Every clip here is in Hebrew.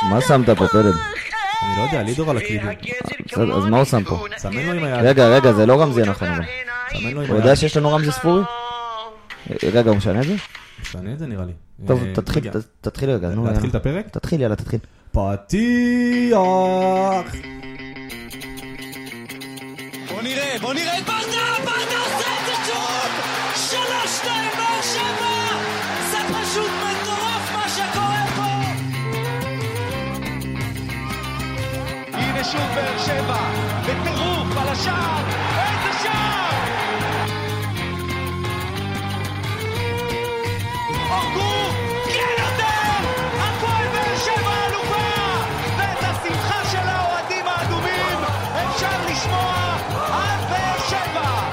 מה שמת פה, פלד? אני לא יודע, לידור על הקלידים. אז מה הוא שם פה? סמן לו עם היד. רגע, זה לא רמזי נכון, אבל. סמן לו עם היד. הוא יודע שיש לנו רמזי ספורי? רגע, הוא משנה את זה? משנה את זה נראה לי. טוב, תתחיל רגע. להתחיל את הפרק? תתחיל, יאללה, תתחיל. פתיח! בוא נראה את ברדה עושה את זה שוב! 3-2 באר שבע! זה פשוט מטורף מה שקורה פה! הנה שוב באר שבע, בטירוף על השער! איזה שער! אורגו! כן יותר! הפועל באר שבע אלופה! ואת השמחה של האוהדים האדומים אפשר לשמוע על באר שבע!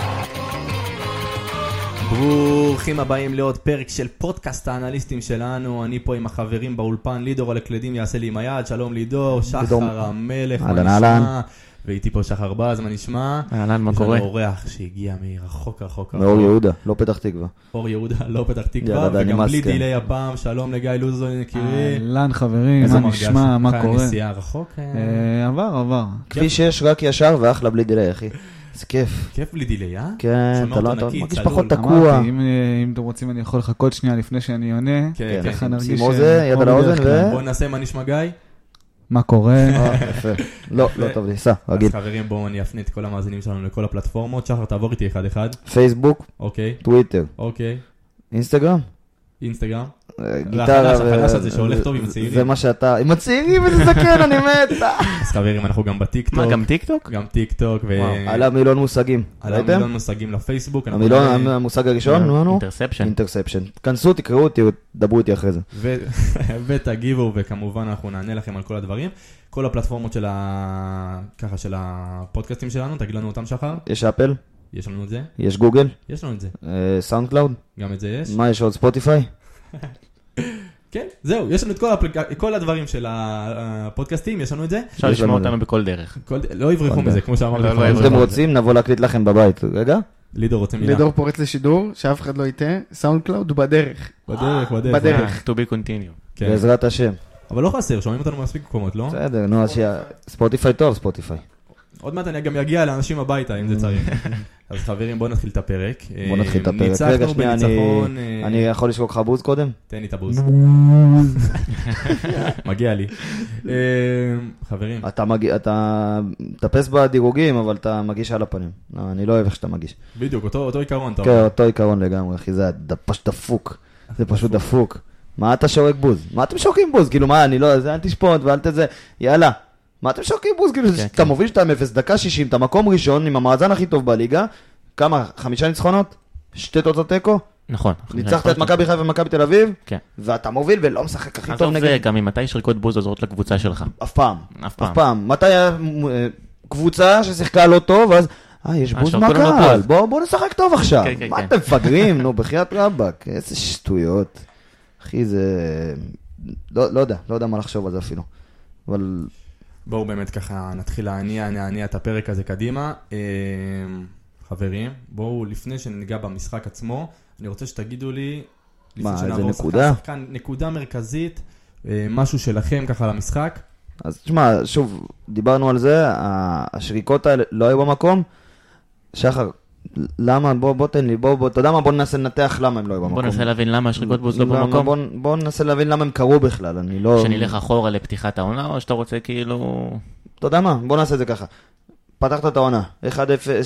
ברוכים הבאים לעוד פרק של פודקאסט האנליסטים שלנו. אני פה עם החברים באולפן, לידור על הקלדים יעשה לי עם היד. שלום לידור, שחר המלך, מה נשמע? ואיתי פה שחר בז, מה נשמע? אהלן, מה קורה? יש לנו אורח שהגיע מרחוק רחוק. מאור יהודה, לא פתח תקווה. אור יהודה, לא פתח תקווה, וגם בלי דילי הפעם. שלום לגיא לוזון, יקירי. אהלן חברים, מה נשמע, מה קורה? חי נסיעה רחוק? עבר. כביש 6 רק ישר ואחלה בלי דילי, אחי. זה כיף. כיף בלי דילי, אה? כן, אתה לא מרגיש פחות תקוע. אם אתם רוצים אני יכול לחכות שנייה לפני שאני עונה. כן, ככה נרגיש... שים אוזן, יד על האוזן ו... בואו נעשה מה נשמע גיא. מה קורה? יפה. לא טוב לי, סע, רגיל. אז חברים, בואו אני אפנה את כל המאזינים שלנו לכל הפלטפורמות. שחר, תעבור איתי אחד. פייסבוק, אוקיי, טוויטר, אוקיי. אינסטגרם, אינסטגרם. גיטרה. החדש הזה שהולך טוב עם הצעירים. זה מה שאתה, עם הצעירים וזה זקן, אני מת. אז חברים, אנחנו גם בטיקטוק. מה, גם טיקטוק? גם טיקטוק. עלה מילון מושגים. עלה מילון מושגים לפייסבוק. המושג הראשון, נו. אינטרספשן. כנסו, תקראו אותי, דברו איתי אחרי זה. ותגיבו, וכמובן אנחנו נענה לכם על כל הדברים. כל הפלטפורמות של הפודקאסטים שלנו, תגיד לנו אותם שחר. יש אפל, יש לנו את זה. יש גוגל, יש לנו את זה. סאונד קלאוד. גם את זה יש. מה יש עוד? ספוטיפיי? כן, זהו, יש לנו את כל הדברים של הפודקאסטים, יש לנו את זה. אפשר לשמוע אותנו בכל דרך. לא יברחו מזה, כמו שאמרתי. אם אתם רוצים, נבוא להקליט לכם בבית. רגע? לידור רוצה מילה. לידור פורץ לשידור, שאף אחד לא ייתה, סאונד קלאוד בדרך. בדרך. To be continued. בעזרת השם. אבל לא חסר, שומעים אותנו מספיק מקומות, לא? בסדר, נו, אז ספוטיפיי טוב, ספוטיפיי. עוד מעט אני גם אגיע לאנשים הביתה, אם זה צריך. אז חברים, בואו נתחיל את הפרק. בואו נתחיל את הפרק. רגע, שנייה, אני יכול לשקוק לך בוז קודם? תן לי את הבוז. מגיע לי. חברים. אתה טפס בדירוגים, אבל אתה מגיש על הפנים. אני לא אוהב איך שאתה מגיש. בדיוק, אותו עיקרון. כן, אותו עיקרון לגמרי, אחי, זה פשוט דפוק. זה פשוט דפוק. מה אתה שורק בוז? מה אתם שוקים בוז? כאילו, מה, אני לא, זה אל תשפוט ואל תזה. יאללה. מה אתם שוקים בוז? כאילו, אתה מוביל 2-0, דקה 60, אתה מקום ראשון עם המאזן הכי טוב בליגה. כמה? 5 ניצחונות? 2 תוצאות תיקו? נכון. ניצחת את מכבי חיפה ומכבי תל אביב? כן. ואתה מוביל ולא משחק הכי טוב נגד... זה גם אם מתי שריקות בוז עוזרות לקבוצה שלך? אף פעם. מתי קבוצה ששיחקה לא טוב, אז... יש בוז מהקהל, בוא נשחק טוב עכשיו. מה אתם מפגרים? נו, בחיית רבק. איזה שטויות. אחי, זה... לא יודע מה לחשוב על זה אפילו. אבל... בואו באמת ככה נתחיל להניע את הפרק הזה קדימה. חברים, בואו לפני שניגע במשחק עצמו, אני רוצה שתגידו לי, מה, איזה נקודה? נקודה מרכזית, משהו שלכם ככה למשחק. אז תשמע, שוב, דיברנו על זה, השריקות האלה לא היו במקום. שחר, למה? בוא תן לי, אתה יודע מה? בוא ננסה לנתח למה הם לא היו במקום. בוא ננסה להבין למה השריקות בוז לא במקום. בוא ננסה להבין למה הם קרו בכלל, אני לא... שנלך אחורה לפתיחת העונה, או שאתה רוצה כאילו... אתה יודע מה? בוא נעשה את זה ככה. פתחת את העונה, 1-0, 2-0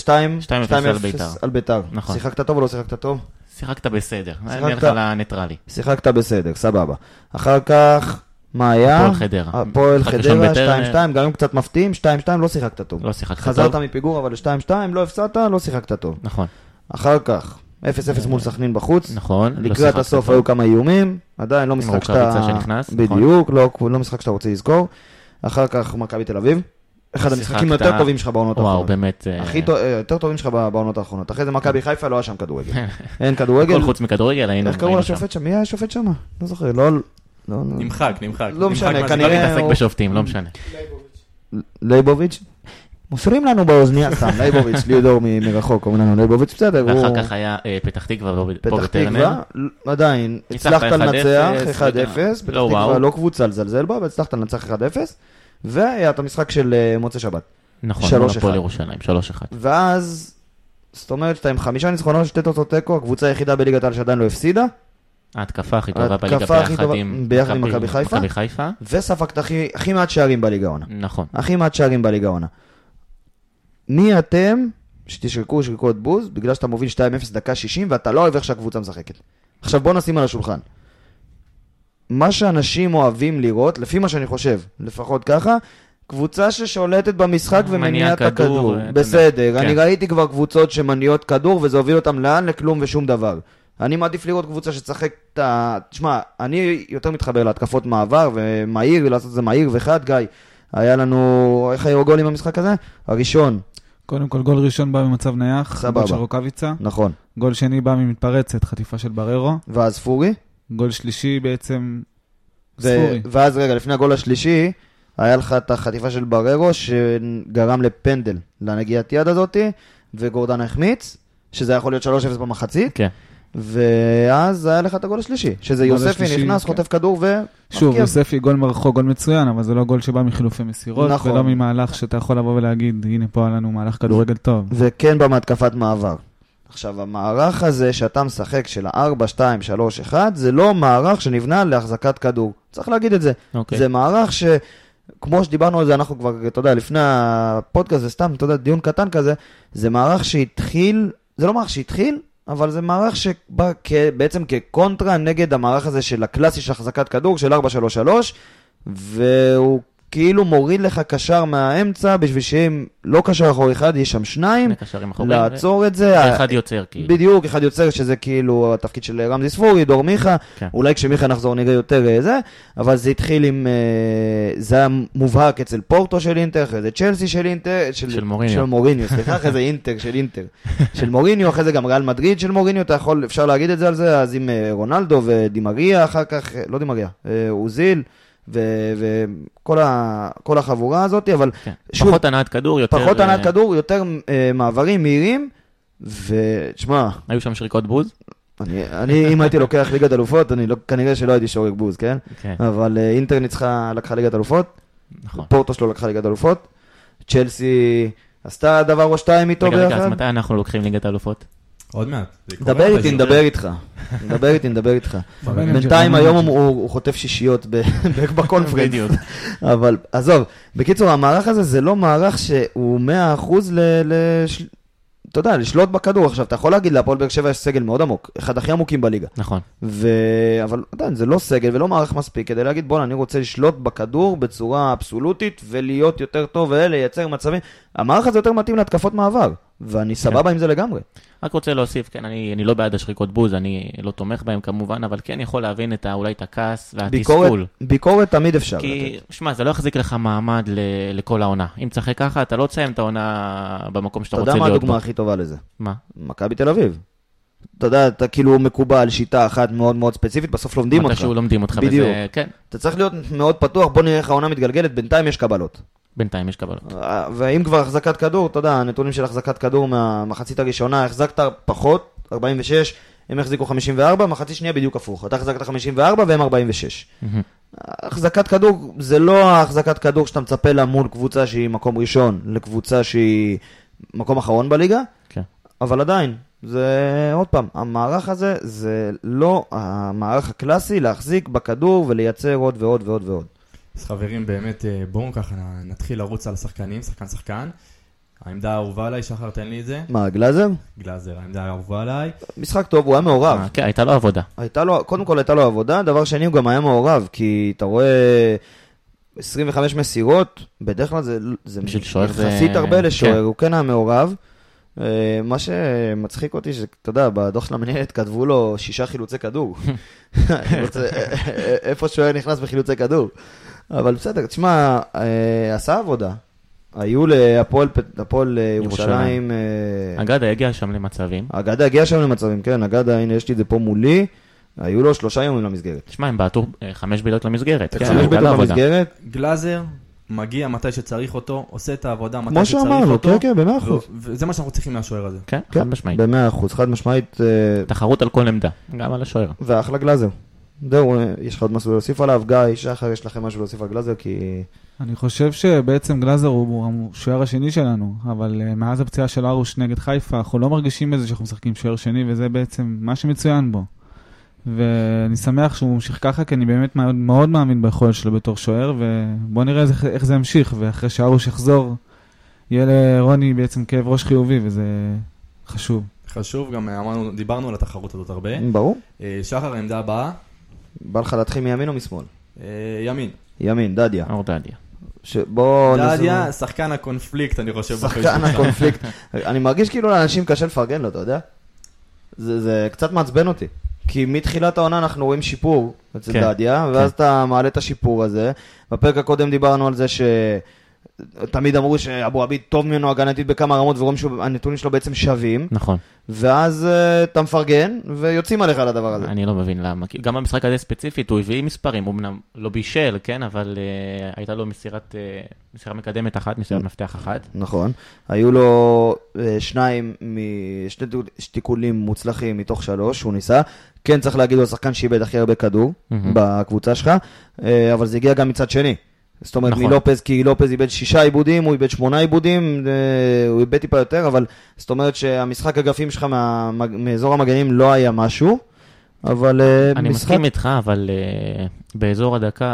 על ביתר. נכון. שיחקת טוב או לא שיחקת טוב? שיחקת בסדר. אני אלך על הניטרלי. שיחקת בסדר, סבבה. אחר כך, מה היה? הפועל חדרה, 2-2, גם אם קצת מפתיעים, 2-2 לא שיחקת טוב. לא שיחקת טוב. חזרת מפיגור, אבל 2-2 לא הפסדת, לא שיחקת טוב. נכון. אחר כך, 0-0 מול סכנין בחוץ. נכון. לקראת הסוף היו כמה איומים, עדיין לא משחק שאתה... בדיוק, לא משחק שאתה רוצה לזכור. אחר כך מכבי תל אביב. אחד המשחקים יותר טובים שלך בעונות האחרונות. וואו, באמת. יותר טובים שלך בעונות האחרונות. אחרי זה מכבי חיפה לא היה שם כדורגל. אין כדורגל. כל חוץ מכדורגל היינו. איך קראו לשופט שם? מי היה שופט שם? לא זוכר, נמחק. לא משנה, כנראה. לא מתעסק בשופטים, לא משנה. לייבוביץ'? מוסרים לנו באוזניה, סתם, לייבוביץ', לידור מרחוק, אומרים לנו לייבוביץ' בסדר. ואחר כך היה פתח תקווה פה בטרנר. עדיין, הצלחת לנצח 1-0, פתח תקווה לא קבוצה לזלזל בה, והצלחת לנצח 1-0, והיה את המשחק של מוצא שבת. נכון, מונופול ירושלים, 3-1. ואז, זאת אומרת שאתה עם 5 ניצחונות, 2 תוצאות תיקו, הקבוצה היחידה בליגת העל שעדיין לא הפסידה. ההתקפה הכי טובה בליגה ביחד עם מכבי חיפה. וספגת הכי מעט שערים בליגה העונה. נכון. הכי מעט שערים בליגה העונה. מי אתם שתשרקו את בוז, בגלל שאתה מוביל 2-0 דקה 60, ואתה לא אוהב איך שהקבוצה משחקת. עכשיו בוא נשים על השולחן. מה שאנשים אוהבים לראות, לפי מה שאני חושב, לפחות ככה, קבוצה ששולטת במשחק ומניעה את הכדור. בסדר, אני ראיתי כבר קבוצות שמניעות כדור, וזה הוביל אותם לאן לכלום ושום דבר. אני מעדיף לראות קבוצה שצחק את ה... תשמע, אני יותר מתחבר להתקפות מעבר, ומהיר, ולעשות את זה מהיר וחד, גיא. היה לנו... איך היו גולים במשחק הזה? הראשון. קודם כל, גול ראשון בא ממצב נייח, גול של רוקביצה. נכון. גול שני בא ממתפרצת, חטיפה של בררו. ואז פורי. גול שלישי בעצם ספורי. ואז רגע, לפני הגול השלישי, היה לך את החטיפה של בררו, שגרם לפנדל לנגיעת יד הזאת, וגורדן החמיץ, שזה יכול להיות 3-0 במחצית. כן. ואז היה לך את הגול השלישי, שזה יוספי נכנס, חוטף כדור ו... שוב, יוספי גול מרחוק, גול מצוין, אבל זה לא גול שבא מחילופי מסירות, נכון. ולא ממהלך שאתה יכול לבוא ולהגיד, הנה פה היה לנו מהלך כדורגל טוב. וכן במתקפת מעבר. עכשיו, המערך הזה שאתה משחק של ה-4-2-3-1, זה לא מערך שנבנה להחזקת כדור. צריך להגיד את זה. זה מערך ש... כמו שדיברנו על זה, אנחנו כבר, אתה יודע, לפני הפודקאסט, זה סתם, אתה יודע, דיון קטן כזה, זה מערך שהתחיל, זה לא מערך שהתחיל, אבל זה מערך שבא בעצם כקונטרה נגד המערך הזה של הקלאסי של החזקת כדור, של 4-3-3, והוא כאילו מוריד לך קשר מהאמצע, בשביל שהם לא קשר אחור אחד, יש שם 2, לעצור את זה. אחד יוצר כאילו. בדיוק, אחד יוצר, שזה כאילו התפקיד של רמזי ספורי, דור מיכה, אולי כשמיכה נחזור נראה יותר זה, אבל זה התחיל עם, זה היה מובהק אצל פורטו של אינטר, אחרי זה צ'לסי של אינטר, של מוריניו. של מוריניו, סליחה, אחרי זה אינטר של אינטר, של מוריניו, אחרי זה גם ריאל מדריד של מוריניו, אתה יכול, אפשר להגיד את זה על זה, אז עם רונלדו ודימריה, אחר כך, לא דימריה, אוזיל, וכל החבורה הזאת, אבל שוב, פחות ענת כדור, יותר מעברים מהירים, ותשמע, היו שם שריקות בוז? אני אם הייתי לוקח ליגת אלופות, כנראה שלא הייתי שורק בוז, כן? אבל אינטר לקחה ליגת אלופות, פורטו שלו לקחה ליגת אלופות, צ'לסי עשתה דבר או 2 איתו ביחד. רגע, אז מתי אנחנו לוקחים ליגת אלופות? עוד מעט. נדבר איתך. בינתיים היום הוא חוטף שישיות בקונפרנס. אבל עזוב, בקיצור, המערך הזה זה לא מערך שהוא 100% אתה יודע, לשלוט בכדור. עכשיו, אתה יכול להגיד להפועל באר שבע יש סגל מאוד עמוק, אחד הכי עמוקים בליגה. נכון. אבל עדיין, זה לא סגל ולא מערך מספיק כדי להגיד, בוא, אני רוצה לשלוט בכדור בצורה אבסולוטית ולהיות יותר טוב ולייצר מצבים. המערך הזה יותר מתאים להתקפות מעבר, ואני סבבה עם זה לגמרי. רק רוצה להוסיף, כן, אני לא בעד השריקות בוז, אני לא תומך בהם כמובן, אבל כן יכול להבין אולי את הכעס והתסכול. ביקורת תמיד אפשר. כי, שמע, זה לא יחזיק לך מעמד לכל העונה. אם תשחק ככה, אתה לא תסיים את העונה במקום שאתה רוצה להיות בו. אתה יודע מה הדוגמה הכי טובה לזה? מה? מכבי תל אביב. אתה יודע, אתה כאילו מקובל שיטה אחת מאוד מאוד ספציפית, בסוף לומדים אותך. מתישהו לומדים אותך בזה, כן. אתה צריך להיות מאוד פתוח, בוא נראה איך העונה מתגלגלת, בינתיים יש קבלות. ואם כבר החזקת כדור, אתה יודע, הנתונים של החזקת כדור מהמחצית הראשונה, החזקת פחות, 46, הם החזיקו 54, מחצית שנייה בדיוק הפוך. אתה החזקת 54 והם 46. החזקת כדור, זה לא החזקת כדור שאתה מצפה לה מול קבוצה שהיא מקום ראשון, לקבוצה שהיא מקום אחרון בליגה, אבל עדיין, זה עוד פעם, המערך הזה זה לא המערך הקלאסי להחזיק בכדור ולייצר עוד ועוד ועוד ועוד. אז חברים, באמת, בואו ככה נתחיל לרוץ על השחקנים, שחקן. העמדה האהובה עליי, שחר, תן לי את זה. מה, גלאזר? גלאזר, העמדה האהובה עליי. משחק טוב, הוא היה מעורב. כן, הייתה לו עבודה. קודם כל הייתה לו עבודה, דבר שני הוא גם היה מעורב, כי אתה רואה 25 מסירות, בדרך כלל זה יחסית הרבה לשוער, הוא כן היה מעורב. מה שמצחיק אותי, שאתה יודע, בדוח של המנהלת כתבו לו 6 חילוצי כדור. איפה שוער נכנס בחילוצי כדור. אבל בסדר, תשמע, עשה עבודה. היו להפועל ירושלים. אגדה הגיע שם למצבים. כן, אגדה, הנה יש לי את זה פה מולי. היו לו 3 ימים למסגרת. תשמע, הם בעטו 5 בעיטות למסגרת. 5 בעיטות למסגרת. גלאזר, מגיע מתי שצריך אותו, עושה את העבודה מתי כמו שצריך שאמרנו, אותו. כן, ב-100%. וזה מה שאנחנו צריכים מהשוער הזה. כן, חד משמעית. ב-100%, חד משמעית. תחרות על כל עמדה, גם על השוער. ואחלה גלאזר. זהו, יש לך עוד משהו להוסיף עליו? גיא, שחר, יש לכם משהו להוסיף על גלאזר? כי... אני חושב שבעצם גלאזר הוא השוער השני שלנו, אבל מאז הפציעה של ארוש נגד חיפה, אנחנו לא מרגישים בזה שאנחנו משחקים שוער שני, וזה בעצם מה שמצוין בו. ואני שמח שהוא ממשיך ככה, כי אני באמת מאוד, מאוד מאמין ביכולת שלו בתור שוער, ובוא נראה איך זה ימשיך, ואחרי שארוש יחזור, יהיה לרוני בעצם כאב ראש חיובי, וזה חשוב. חשוב, גם דיברנו על התחרות הזאת הרבה. ברור. שחר, העמדה הבאה. בא לך להתחיל מימין או משמאל? ימין. ימין, דדיה. אור דדיה. דדיה, שחקן הקונפליקט, אני חושב. שחקן הקונפליקט. אני מרגיש כאילו לאנשים קשה לפרגן לו, אתה יודע? זה קצת מעצבן אותי. כי מתחילת העונה אנחנו רואים שיפור אצל דדיה, ואז אתה מעלה את השיפור הזה. בפרק הקודם דיברנו על זה שתמיד אמרו שאבו עביד טוב ממנו הגנתית בכמה רמות, ורואים שהנתונים שלו בעצם שווים. נכון. ואז אתה מפרגן, ויוצאים עליך על הדבר הזה. אני לא מבין למה. גם במשחק הזה ספציפית, הוא הביא מספרים, הוא לא בישל, כן, אבל הייתה לו מסירה מקדמת אחת, מסירת מפתח אחת. נכון. היו לו שני תיקולים מוצלחים מתוך 3, הוא ניסה. כן, צריך להגיד, הוא השחקן שאיבד הכי הרבה כדור בקבוצה שלך, אבל זה הגיע גם מצד שני. זאת אומרת, מלופז, כי לופז איבד 6 עיבודים, הוא איבד 8 עיבודים, הוא איבד טיפה יותר, אבל זאת אומרת שהמשחק אגפים שלך מאזור המגנים לא היה משהו, אבל אני מסכים איתך, אבל באזור הדקה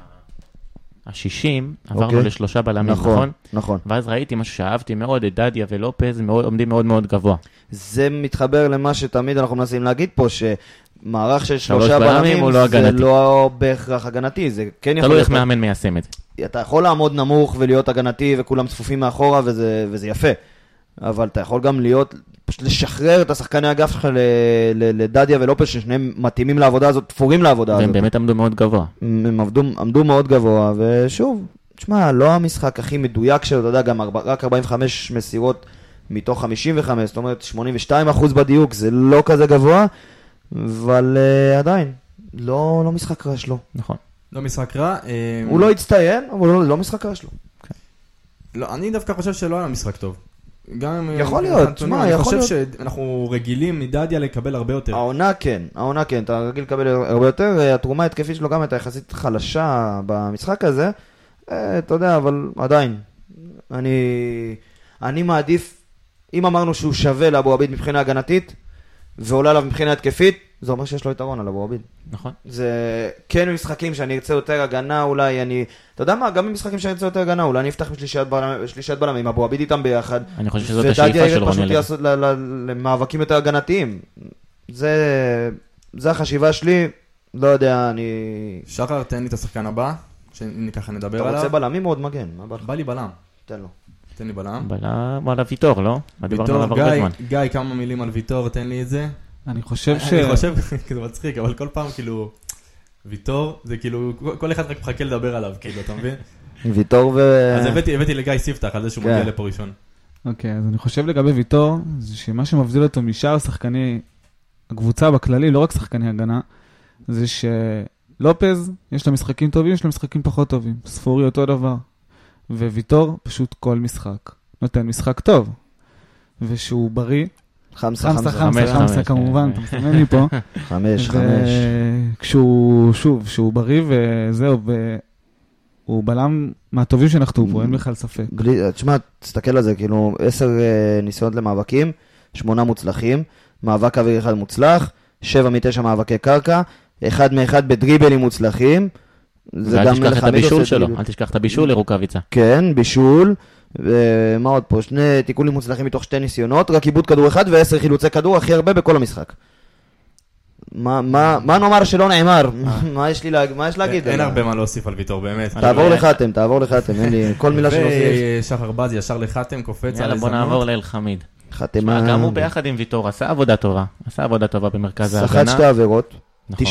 ה-60 עברנו ל3 בלמים, נכון? נכון. ואז ראיתי משהו שאהבתי מאוד, את דדיה ולופז עומדים מאוד מאוד גבוה. זה מתחבר למה שתמיד אנחנו מנסים להגיד פה, מערך של 3 בלמים זה לא בהכרח הגנתי, זה כן יכול... תלוי איך מאמן מיישם את זה. אתה יכול לעמוד נמוך ולהיות הגנתי וכולם צפופים מאחורה וזה יפה, אבל אתה יכול גם להיות, פשוט לשחרר את השחקני אגף שלך לדדיה ולופז ששניהם מתאימים לעבודה הזאת, תפורים לעבודה הזאת. והם באמת עמדו מאוד גבוה. הם עמדו מאוד גבוה, ושוב, תשמע, לא המשחק הכי מדויק שלו, אתה יודע, גם רק 45 מסירות מתוך 55, זאת אומרת 82% בדיוק, זה לא כזה גבוה, אבל עדיין, לא משחק רע שלו. נכון. לא משחק רע. הוא לא הצטיין, אבל לא משחק רע שלו. לא, אני דווקא חושב שלא היה משחק טוב. יכול להיות, תשמע, אני חושב שאנחנו רגילים מדדיה לקבל הרבה יותר. העונה כן, אתה רגיל לקבל הרבה יותר, התרומה התקפית שלו גם הייתה יחסית חלשה במשחק הזה, אתה יודע, אבל עדיין, אני מעדיף, אם אמרנו שהוא שווה לאבו עביד מבחינה הגנתית, ועולה עליו מבחינה התקפית, זה אומר שיש לו יתרון על אבו עביד. נכון. זה כן משחקים שאני ארצה יותר הגנה, אולי אני... אתה יודע מה? גם במשחקים שאני ארצה יותר הגנה, אולי אני אפתח בשלישת בלמים, אבו עביד איתם ביחד. אני חושב שזאת השאיפה של רוני לוי. פשוט למאבקים יותר הגנתיים. זה החשיבה שלי, לא יודע, אני... שחר, תן לי את השחקן הבא, שככה נדבר עליו. אתה רוצה בלמים או עוד מגן? בא לי בלם. תן לו. תן לי בלם. בלם על הוויתור, לא? גיא, כמה מילים על ויתור, תן לי את זה. אני חושב זה מצחיק, אבל כל פעם כאילו, ויתור, זה כאילו, כל אחד רק מחכה לדבר עליו, כאילו, אתה מבין? ויתור אז הבאתי לגיא ספתח על זה שהוא מגיע לפה ראשון. אוקיי, אז אני חושב לגבי ויתור, זה שמה שמבדיל אותו משאר שחקני הקבוצה בכללי, לא רק שחקני הגנה, זה שלופז, יש לו משחקים טובים, יש לו משחקים פחות טובים. ספורי אותו דבר. וויתור פשוט כל משחק נותן משחק טוב. ושהוא בריא. חמסה כמובן, אתה מסמן לי פה. 5. כשהוא בריא וזהו, הוא בלם מהטובים שנחתו פה, אין בכלל ספק. תשמע, תסתכל על זה, כאילו 10 ניסיונות למאבקים, 8 מוצלחים, מאבק אוויר 1 מוצלח, 7 מ-9 מאבקי קרקע, 1 מ-1 בדריבלים מוצלחים. ואל תשכח את הבישול שלו, אל תשכח את הבישול לרוקאביצה. כן, בישול. ומה עוד פה? 2 תיקולים מוצלחים מתוך 2 ניסיונות, רק איבוד כדור 1 ו10 חילוצי כדור, הכי הרבה בכל המשחק. מה נאמר שלא נאמר? מה יש להגיד? אין הרבה מה להוסיף על ויתור, באמת. תעבור לחתם, אין לי כל מילה שנוסיף. ושחר בז ישר לחתם, קופץ על בוא נעבור לאל חמיד. גם הוא ביחד עם ויתור, עשה עבודה טובה במרכז ההגנה. שחט 2 עבירות, 94%,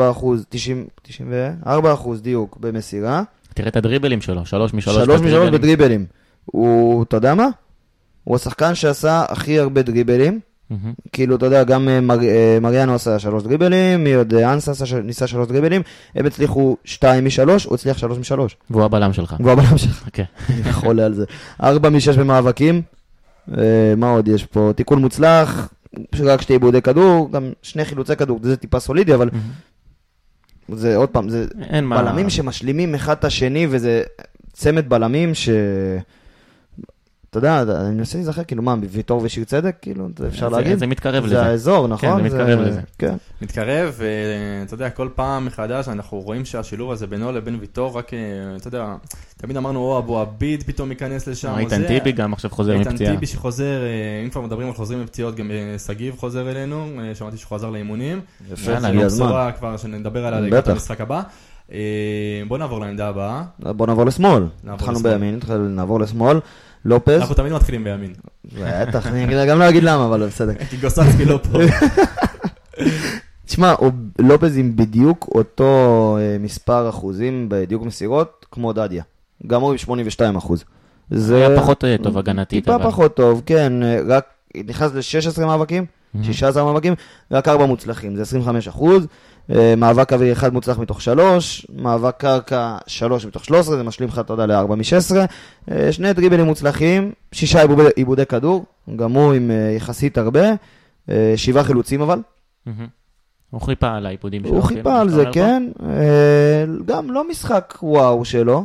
94% דיוק במסירה. תראה את הדריבלים שלו, 3 מ-3 בדריבלים. אתה יודע מה? הוא השחקן שעשה הכי הרבה דריבלים כאילו, אתה יודע, גם מריאנו עשה 3 דריבלים, מי עוד אנסה ניסה 3 דריבלים, הם הצליחו 2 מ-3, הוא הצליח 3 מ-3. והוא הבלם שלך. והוא הבלם שלך. כן. אני חולה על זה. 4 מ-6 במאבקים. מה עוד יש פה? תיקול מוצלח, רק 2 עיבודי כדור, גם 2 חילוצי כדור, זה טיפה סולידי, אבל זה עוד פעם, זה בלמים שמשלימים אחד את השני, וזה צמד בלמים ש... אתה יודע, אני מנסה להיזכר, כאילו מה, ויתור ושיר צדק, כאילו, אפשר להגיד? זה מתקרב לזה. זה האזור, נכון? כן, זה מתקרב לזה. כן. מתקרב, ואתה יודע, כל פעם מחדש אנחנו רואים שהשילוב הזה בינו לבין ויתור, רק, אתה יודע, תמיד אמרנו, או אבו עביד פתאום ייכנס לשם. איתן טיבי גם עכשיו חוזר מפציעה. איתן טיבי שחוזר, אם כבר מדברים על חוזרים מפציעות, גם סגיב חוזר אלינו, שמעתי שהוא חזר לאימונים. יפה, הגיע הזמן. בשורה כבר שנדבר עליה לקראת המשחק הבא. בוא נעבור לעמדה הבאה. בוא נעבור לשמאל. התחלנו בימין, נעבור לשמאל. לופז. אנחנו תמיד מתחילים בימין. בטח, אני גם לא אגיד למה, אבל בסדר. כי גוסצקי לא פה. תשמע, לופז עם בדיוק אותו מספר אחוזים בדיוק מסירות, כמו דדיה. גם הוא עם 82%. זה היה פחות טוב הגנתית. טיפה פחות טוב, כן. רק נכנס ל-16 מאבקים, 16 מאבקים, רק 4 מוצלחים, זה 25%. מאבק אוויר 1 מוצלח מתוך 3, מאבק קרקע 3 מתוך 13, זה משלים לך, אתה יודע, ל-4 מ-16, 2 דריבלים מוצלחים, 6 עיבודי כדור, גם הוא עם יחסית הרבה, 7 חילוצים אבל. הוא חיפה על העיבודים שלו. הוא חיפה על זה, כן. גם לא משחק וואו שלו,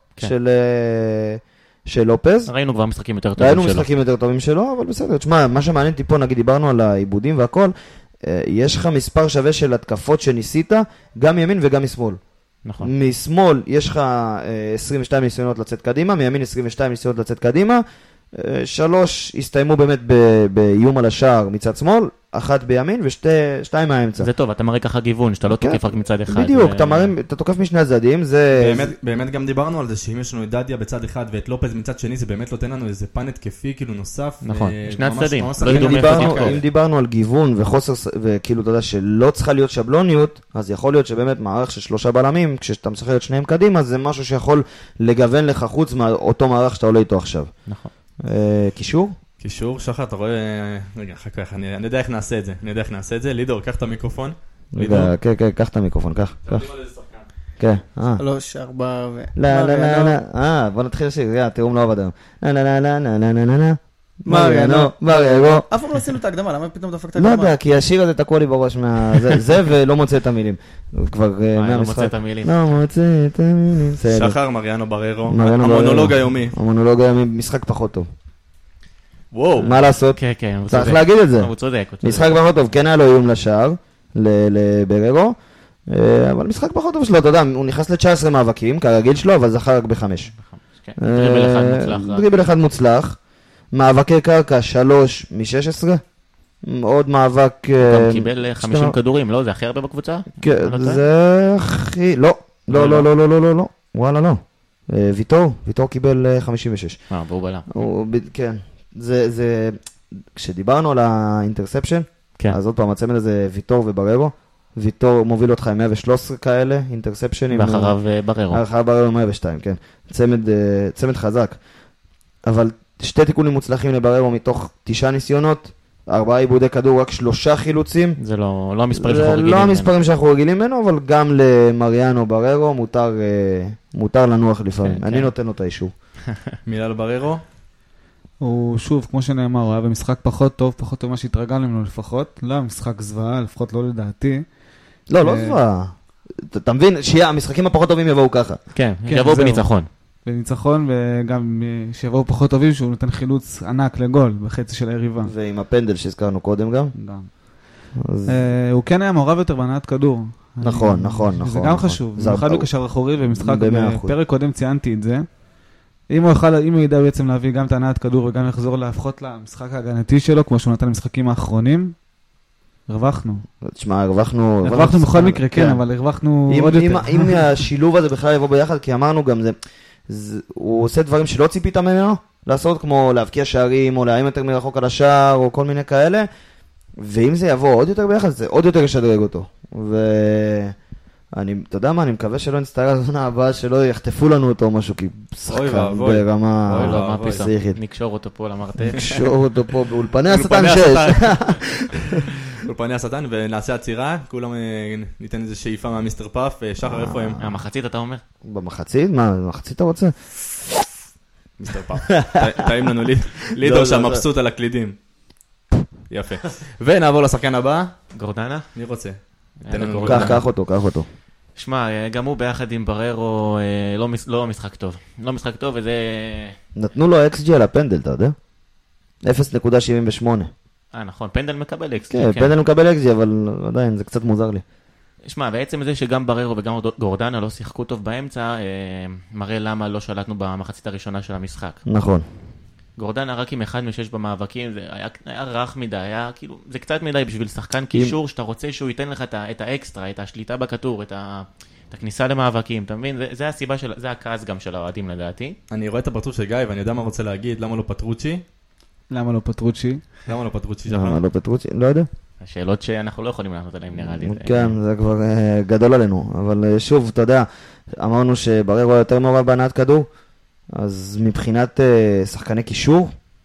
של לופז. ראינו כבר משחקים יותר טובים שלו. ראינו משחקים יותר טובים שלו, אבל בסדר. תשמע, מה שמעניין פה, נגיד, דיברנו על העיבודים והכל, יש לך מספר שווה של התקפות שניסית, גם ימין וגם משמאל. נכון. משמאל יש לך 22 ניסיונות לצאת קדימה, מימין 22 ניסיונות לצאת קדימה, 3 הסתיימו באמת באיום על השער מצד שמאל, 1 בימין ו2 מהאמצע. זה טוב, אתה מראה ככה גיוון, שאתה לא תוקף רק מצד אחד. בדיוק, אתה תוקף משני הצדדים, זה... באמת גם דיברנו על זה, שאם יש לנו את דדיה בצד אחד ואת לופז מצד שני, זה באמת נותן לנו איזה פן התקפי, כאילו נוסף. נכון, שני הצדדים. אם דיברנו על גיוון וחוסר, וכאילו אתה יודע שלא צריכה להיות שבלוניות, אז יכול להיות שבאמת מערך של 3 בלמים, כשאתה משחק את שניהם קדימה, זה משהו שיכול לגוון לך חוץ מאותו מערך שאתה עולה איתו עכשיו. נכון. קישור? קישור, שחר, אתה רואה... רגע, חכה, אני יודע איך נעשה את זה. לידור, קח את המיקרופון. רגע, כן, קח את המיקרופון, קח. כן, 3, 4 ו... לא, בוא נתחיל לשיר, תיאום לא עבד היום. מריאנו. אף פעם לא עשינו את ההקדמה, למה פתאום דפקת לא יודע, כי השיר הזה תקוע לי בראש זה ולא מוצא את המילים. כבר לא מוצא את המילים. לא מוצא את המילים. שחר, מריאנו בררו. המונולוג היומי. המונולוג היומי, משחק פחות טוב. וואו. מה לעשות? כן, כן, הוא צריך להגיד את זה. הוא צודק. משחק פחות טוב, כן היה לו איום לשער, לבררו, אבל משחק פחות טוב שלו, אתה יודע, הוא נכנס ל-19 מאבקים, כרגיל שלו, אבל זכה רק ב-5. דריבל אחד מוצלח. מאבקי קרקע 3 מ-16. עוד מאבק... גם קיבל 50 כדורים, לא? זה הכי הרבה בקבוצה? זה הכי... לא. וואלה, לא. ויתור קיבל 56. והוא בלם. כן. זה... כשדיברנו על האינטרספשן, אז עוד פעם, הצמד הזה ויתור ובררו. ויתור מוביל אותך עם 113 כאלה, אינטרספשנים. ואחריו בררו. אחריו בררו 102, כן. צמד חזק. אבל 2 תיקולים מוצלחים לבררו מתוך 9 ניסיונות, 4 עיבודי כדור, רק 3 חילוצים. זה לא המספרים שאנחנו רגילים. זה לא המספרים שאנחנו רגילים ממנו, אבל גם למריאנו בררו מותר לנוח לפעמים. אני נותן לו את האישור. מילה לבררו? הוא שוב, כמו שנאמר, הוא היה במשחק פחות טוב מה שהתרגלנו ממנו לפחות. לא משחק זוועה, לפחות לא לדעתי. לא זוועה. אתה מבין, המשחקים הפחות טובים יבואו ככה. כן, יבואו בניצחון. בניצחון, וגם שיבואו פחות טובים, שהוא נותן חילוץ ענק לגול בחצי של היריבה. ועם הפנדל שהזכרנו קודם גם. הוא כן היה מעורב יותר בהנעת כדור. נכון. זה גם חשוב. זה אחד בקשר אחורי, ומשחק בפרק קודם ציינתי את זה. אם הוא ידע בעצם להביא גם את הנעת כדור וגם יחזור להפחות למשחק ההגנתי שלו, כמו שהוא נתן למשחקים האחרונים, הרווחנו. תשמע, הרווחנו בכל מקרה, כן, אבל הרווחנו עוד יותר. אם השילוב הזה בכלל יבוא ביחד, כי אמרנו גם, הוא עושה דברים שלא ציפית ממנו לעשות, כמו להבקיע שערים, או להעים יותר מרחוק על השער, או כל מיני כאלה, ואם זה יבוא עוד יותר ביחד, זה עוד יותר ישדרג אותו. אתה יודע מה, אני מקווה שלא נצטרך לזונה הבאה, שלא יחטפו לנו אותו או משהו, כי שחקן ברמה פסיכית. נקשור אותו פה למרתף. נקשור אותו פה באולפני השטן 6. אולפני השטן, ונעשה עצירה, כולם ניתן איזה שאיפה מהמיסטר פאף, שחר איפה הם? המחצית אתה אומר? במחצית? מה, במחצית אתה רוצה? מיסטר פאף, טעים לנו לידור שם מבסוט על הקלידים. יפה. ונעבור לשחקן הבא. גורדנה? מי רוצה? קח אותו. שמע, גם הוא ביחד עם בררו לא משחק טוב. לא משחק טוב וזה... נתנו לו XG על הפנדל, אתה יודע? 0.78. נכון, פנדל מקבל XG. כן, פנדל מקבל XG, אבל עדיין זה קצת מוזר לי. שמע, בעצם זה שגם בררו וגם גורדנה לא שיחקו טוב באמצע, מראה למה לא שלטנו במחצית הראשונה של המשחק. נכון. גורדנה רק עם 1-6 במאבקים, זה היה רך מדי, היה כאילו, זה קצת מדי בשביל שחקן קישור, שאתה רוצה שהוא ייתן לך את האקסטרה, את השליטה בכדור, את הכניסה למאבקים, אתה מבין? זה הסיבה זה הכעס גם של האוהדים לדעתי. אני רואה את הפרצוף של גיא, ואני יודע מה רוצה להגיד, למה לא פטרוצ'י? למה לא פטרוצ'י? למה לא פטרוצ'י? לא יודע. השאלות שאנחנו לא יכולים לענות עליהן נראה לי. כן, זה כבר גדול עלינו, אבל שוב, אתה יודע, אמרנו שבררו יותר מעורב בהנעת כדור, אז מבחינת שחקני קישור,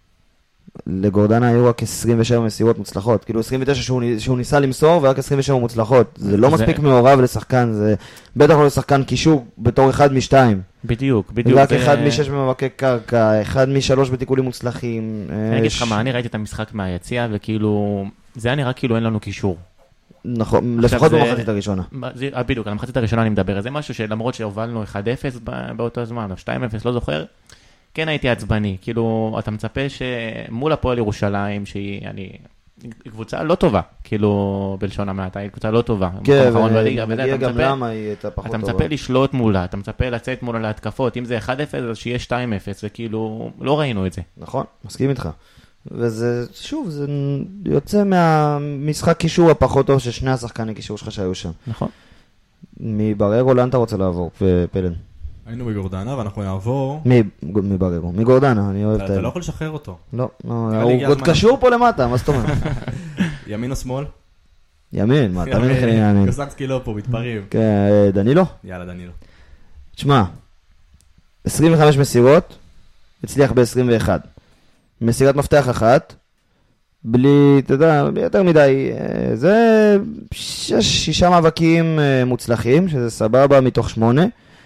לגורדנה היו רק 27 מסירות מוצלחות. כאילו 29 שהוא ניסה למסור, ורק 27 מוצלחות. זה לא מספיק מעורב לשחקן, זה בטח לא לשחקן קישור בתור 1 מ-2. בדיוק. רק 1 מ-6 במאבקי קרקע, 1 מ-3 בתיקולים מוצלחים. אני אגיד לך מה, אני ראיתי את המשחק מהיציאה, וכאילו, זה היה נראה כאילו אין לנו קישור. נכון, לפחות במחצית הראשונה. בדיוק, על המחצית הראשונה אני מדבר. זה משהו שלמרות שהובלנו 1-0 באותו זמן, או 2-0, לא זוכר, כן הייתי עצבני. כאילו, אתה מצפה שמול הפועל ירושלים, שהיא קבוצה לא טובה, כאילו, בלשון המעטה, היא קבוצה לא טובה. כן, ונגיע גם למה היא הייתה פחות טובה. אתה מצפה לשלוט מולה, אתה מצפה לצאת מולה להתקפות. אם זה 1-0, אז שיהיה 2-0, וכאילו, לא ראינו את זה. נכון, מסכים איתך. וזה, שוב, זה יוצא מהמשחק קישור הפחות טוב ששני השחקני קישור שלך שהיו שם. נכון. מבררו, לאן אתה רוצה לעבור, פלן? היינו בגורדנה, ואנחנו נעבור... מבררו, מגורדנה, אני אוהב את זה. אתה לא יכול לשחרר אותו. לא, הוא עוד קשור פה למטה, מה זאת אומרת? ימין או שמאל? ימין, מה, תמיד לכם ימין. קוסקסקי לא פה, מתפרים. כן, דנילו? יאללה, דנילו. תשמע, 25 מסירות, הצליח ב-21. מסירת מפתח אחת, בלי, אתה יודע, יותר מדי, זה 6 מאבקים מוצלחים, שזה סבבה מתוך 8,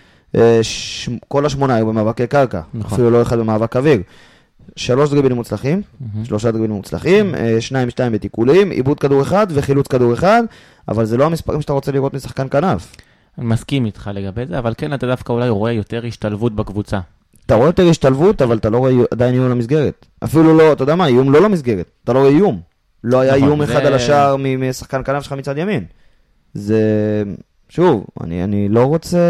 כל 8 היו במאבקי קרקע, אפילו לא אחד במאבק אוויר, 3 דריבלים מוצלחים, 3 דריבלים מוצלחים, 2 בתיקולים, איבוד כדור אחד וחילוץ כדור אחד, אבל זה לא המספרים שאתה רוצה לראות משחקן כנף. אני מסכים איתך לגבי זה, אבל כן, אתה דווקא אולי רואה יותר השתלבות בקבוצה. אתה רואה יותר השתלבות, אבל אתה לא רואה עדיין איום למסגרת. אפילו לא, אתה יודע מה, איום לא למסגרת. אתה לא רואה איום. לא היה איום אחד על השער משחקן כנף שלך מצד ימין. זה, שוב, אני לא רוצה...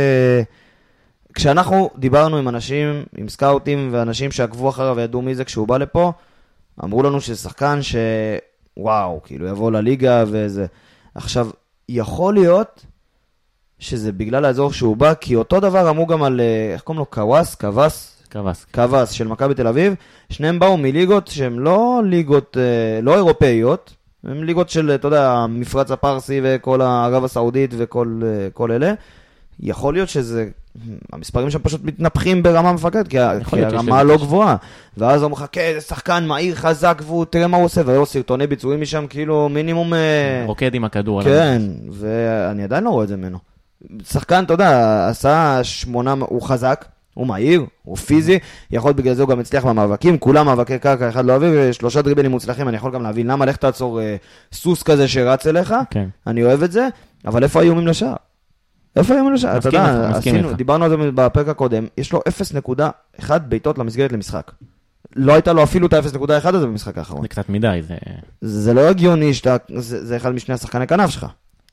כשאנחנו דיברנו עם אנשים, עם סקאוטים ואנשים שעקבו אחריו וידעו מי זה כשהוא בא לפה, אמרו לנו שזה שחקן וואו, כאילו יבוא לליגה וזה. עכשיו, יכול להיות שזה בגלל האזור שהוא בא, כי אותו דבר אמרו גם על, איך קוראים לו? קווס של מכבי תל אביב. שניהם באו מליגות שהן לא ליגות, לא אירופאיות, הן ליגות של, אתה יודע, המפרץ הפרסי וכל ערב הסעודית וכל אלה. יכול להיות שזה, המספרים שם פשוט מתנפחים ברמה מפקד, כי הרמה לא גבוהה. ואז אומרים לך, כן, זה שחקן מהיר חזק, והוא תראה מה הוא עושה, והיו סרטוני ביצועים משם, כאילו מינימום... רוקד עם הכדור. כן, ואני עדיין לא רואה את זה ממנו. שחקן, אתה יודע, עשה 8, הוא חזק, הוא מהיר, הוא פיזי, יכול בגלל זה הוא גם הצליח במאבקים, כולם מאבקי קרקע, אחד לא אוויר, 3 דריבלים מוצלחים, אני יכול גם להבין למה, לך תעצור סוס כזה שרץ אליך, אני אוהב את זה, אבל איפה האיומים לשער? איפה האיומים לשער? אתה יודע, דיברנו על זה בפרק הקודם, יש לו 0.1 ביתות למסגרת למשחק. לא הייתה לו אפילו את ה-0.1 הזה במשחק האחרון. זה קצת מדי, זה לא הגיוני שזה אחד משני השחקני כנף שלך.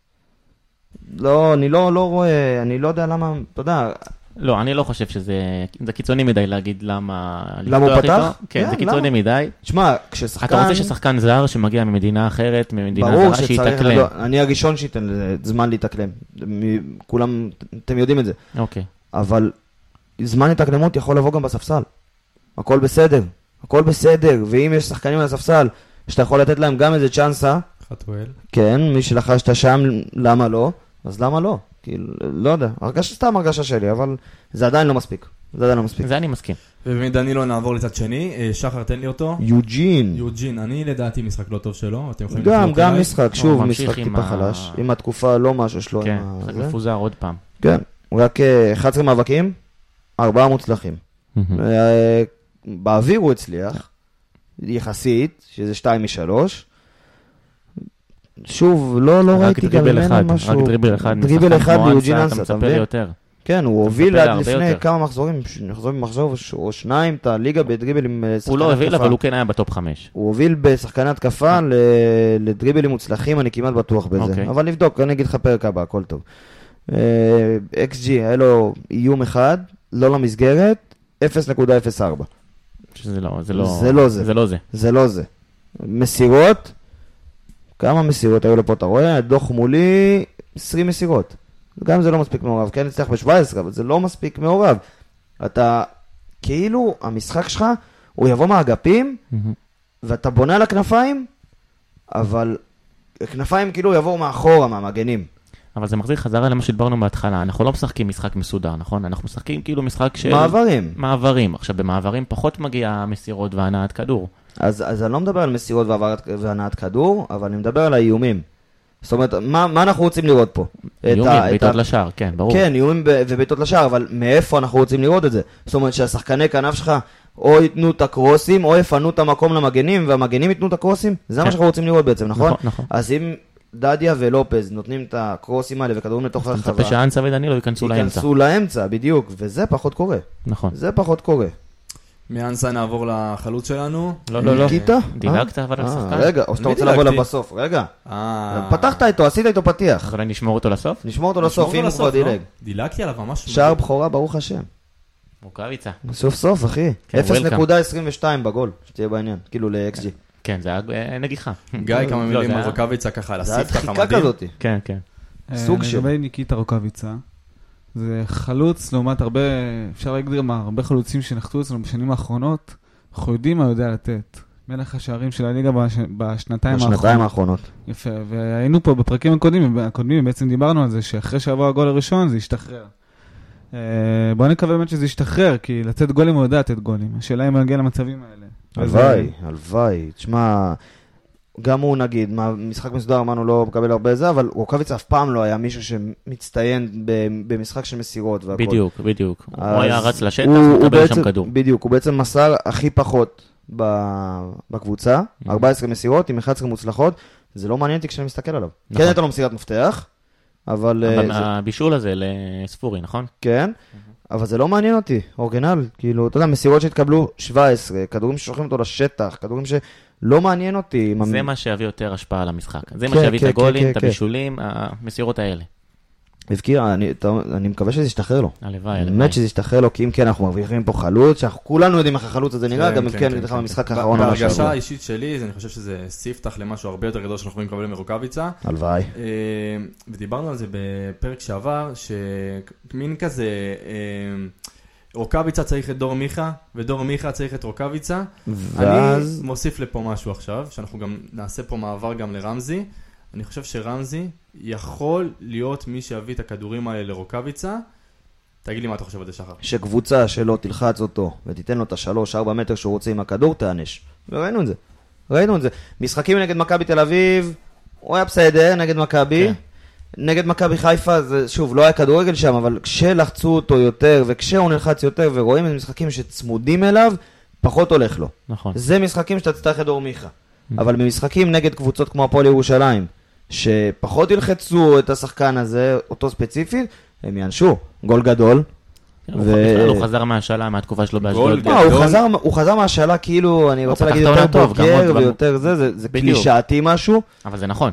לא, אני לא רואה, אני לא יודע למה, אתה יודע... לא, אני לא חושב שזה קיצוני מדי להגיד למה... למה הוא פתח? כן, זה קיצוני מדי. תשמע, כששחקן... אתה רוצה ששחקן זר שמגיע ממדינה אחרת, ממדינה זרה, שיתאקלם. אני הראשון שייתן זמן להתאקלם. כולם, אתם יודעים את זה. אוקיי. אבל זמן להתאקלמות יכול לבוא גם בספסל. הכל בסדר. הכל בסדר. ואם יש שחקנים על הספסל, שאתה יכול לתת להם גם איזה צ'אנסה, חתואל. כן, מי שלחש שאתה שם, למה לא? אז למה לא? כאילו, לא יודע, סתם הרגשה שלי, אבל זה עדיין לא מספיק. זה אני מסכים. ומדנילו נעבור לצד שני, שחר תן לי אותו. יוג'ין, אני לדעתי משחק לא טוב שלו, אתם יכולים לחלוק אליי? גם משחק, שוב, משחק טיפה חלש, עם התקופה לא משהו שלו. כן, משחק מפוזר עוד פעם. כן, רק 11 מאבקים, 4 מוצלחים. באוויר הוא הצליח, יחסית, שזה 2-3. שוב, לא ראיתי גם ממנו משהו. רק דריבל אחד, דריבל אחד ליוג'ין אנסה, אתה מצפה ליותר. כן, הוא הוביל עד לפני כמה מחזורים, מחזור או שניים, את הליגה בדריבל עם שחקני התקפה. הוא לא הוביל, אבל הוא כן היה בטופ 5. הוא הוביל בשחקני התקפה לדריבלים מוצלחים, אני כמעט בטוח בזה. אבל נבדוק, אני אגיד לך פרק הבא, הכל טוב. XG, היה לו איום אחד, לא למסגרת, 0.04. זה לא זה. מסירות, כמה מסירות היו לו פה, אתה רואה? דוח מולי, 20 מסירות. גם זה לא מספיק מעורב, כן נצליח ב-17, אבל זה לא מספיק מעורב. אתה, כאילו, המשחק שלך, הוא יבוא מהאגפים, ואתה בונה על הכנפיים, אבל הכנפיים כאילו יבואו מאחורה, מהמגנים. אבל זה מחזיר חזרה למה שדברנו בהתחלה. אנחנו לא משחקים משחק מסודר, נכון? אנחנו משחקים כאילו משחק של... מעברים. עכשיו, במעברים פחות מגיע מסירות והנעת כדור. אז אני לא מדבר על מסירות והנעת כדור, אבל אני מדבר על האיומים. זאת אומרת, מה אנחנו רוצים לראות פה? איומים, בעיטות לשער, כן, ברור. כן, איומים ובעיטות לשער, אבל מאיפה אנחנו רוצים לראות את זה? זאת אומרת שהשחקני כנף שלך או ייתנו את הקרוסים, או יפנו את המקום למגנים, והמגנים ייתנו את הקרוסים, זה מה שאנחנו רוצים לראות בעצם, נכון? אז אם דדיה ולופז נותנים את הקרוסים האלה וכדורים לתוך הרחבה, אתה מצפה שאנסה ודנילו ייכנסו לאמצע, בדיוק, וזה פחות קורה. נכון. זה פחות קורה. מאנסה נעבור לחלוץ שלנו. לא. ניקיטה? דילגת אבל על שחקן. רגע, או שאתה רוצה לבוא לו בסוף. רגע. פתחת איתו, עשית איתו פתיח. אז אולי נשמור אותו לסוף? נשמור אותו לסוף, אם הוא כבר דילג. דילגתי עליו ממש. שער בכורה, ברוך השם. רוקאביצה. סוף סוף, אחי. 0.22 בגול, שתהיה בעניין. כאילו ל-XG. כן, זה היה נגיחה. גיא, כמה מילים על רוקאביצה ככה, על הסיף ככה מדהים. כן, כן. סוג של. לגבי ניקיטה רוקאביצה, זה חלוץ לעומת הרבה, אפשר להגדיר מה, הרבה חלוצים שנחתו אצלנו בשנים האחרונות, אנחנו יודעים מה יודע לתת. מלך השערים של הליגה בשנתיים האחרונות. יפה, והיינו פה בפרקים הקודמים, בעצם דיברנו על זה, שאחרי שעבר הגול הראשון זה ישתחרר. בואו נקווה באמת שזה ישתחרר, כי לתת גולים הוא יודע לתת גולים. השאלה אם הוא יגיע למצבים האלה. הלוואי. תשמע, גם הוא נגיד, משחק מסודר אמרנו לא מקבל הרבה זה, אבל רוקאביצה אף פעם לא היה מישהו שמצטיין במשחק של מסירות והכל. בדיוק. הוא היה רץ לשטח, הוא מקבל שם כדור. בדיוק, הוא בעצם מסר הכי פחות בקבוצה, 14 מסירות עם 11 מוצלחות, זה לא מעניין אותי כשאני מסתכל עליו. כן הייתה לו מסירת מפתח, אבל... הבישול הזה לספורי, נכון? כן, אבל זה לא מעניין אותי, אורגינל, כאילו, אתה יודע, מסירות שהתקבלו 17, כדורים ששולחים אותו לשטח, כדורים שלא מעניין אותי. זה מה שיביא יותר השפעה על המשחק. זה מה שיביא את הגולים, את הבישולים, המסירות האלה. הבקיר, אני מקווה שזה ישתחרר לו. הלוואי. באמת שזה ישתחרר לו, כי אם כן אנחנו מרוויחים פה חלוץ, שאנחנו כולנו יודעים איך החלוץ הזה נראה, גם אם כן נגיד לך במשחק האחרון. בהרגשה האישית שלי, אני חושב שזה ספתח למשהו הרבה יותר גדול שאנחנו יכולים לקבל מרוקאביצה. הלוואי. ודיברנו על זה בפרק שעבר, שמין כזה, רוקאביצה צריך את דור מיכה, ודור מיכה צריך את רוקאביצה. אני מוסיף לפה משהו עכשיו, שאנחנו גם נעשה פה מעבר גם לרמזי. אני חושב שרמזי יכול להיות מי שיביא את הכדורים האלה לרוקאביצה. תגיד לי מה אתה חושב על זה, שחר. שקבוצה שלא תלחץ אותו ותיתן לו את 3-4 מטר שהוא רוצה עם הכדור, תענש. וראינו את זה. משחקים נגד מכבי תל אביב, הוא היה בסדר נגד מכבי. נגד מכבי חיפה, זה שוב, לא היה כדורגל שם, אבל כשלחצו אותו יותר וכשהוא נלחץ יותר ורואים את משחקים שצמודים אליו, פחות הולך לו. נכון. זה משחקים שאתה תצטרך את דור מיכה. אבל במשחקים נגד קבוצות כמו הפועל ירושלים, שפחות ילחצו את השחקן הזה, אותו ספציפית, הם ינשו. גול גדול. הוא חזר מהשאלה, מהתקופה שלו באשדוד. הוא חזר מהשאלה כאילו, אני רוצה להגיד יותר בוגר ויותר זה קלישאתי משהו. אבל זה נכון.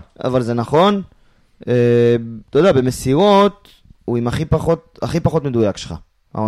אתה יודע, במסירות, הוא עם הכי פחות מדויק שלך.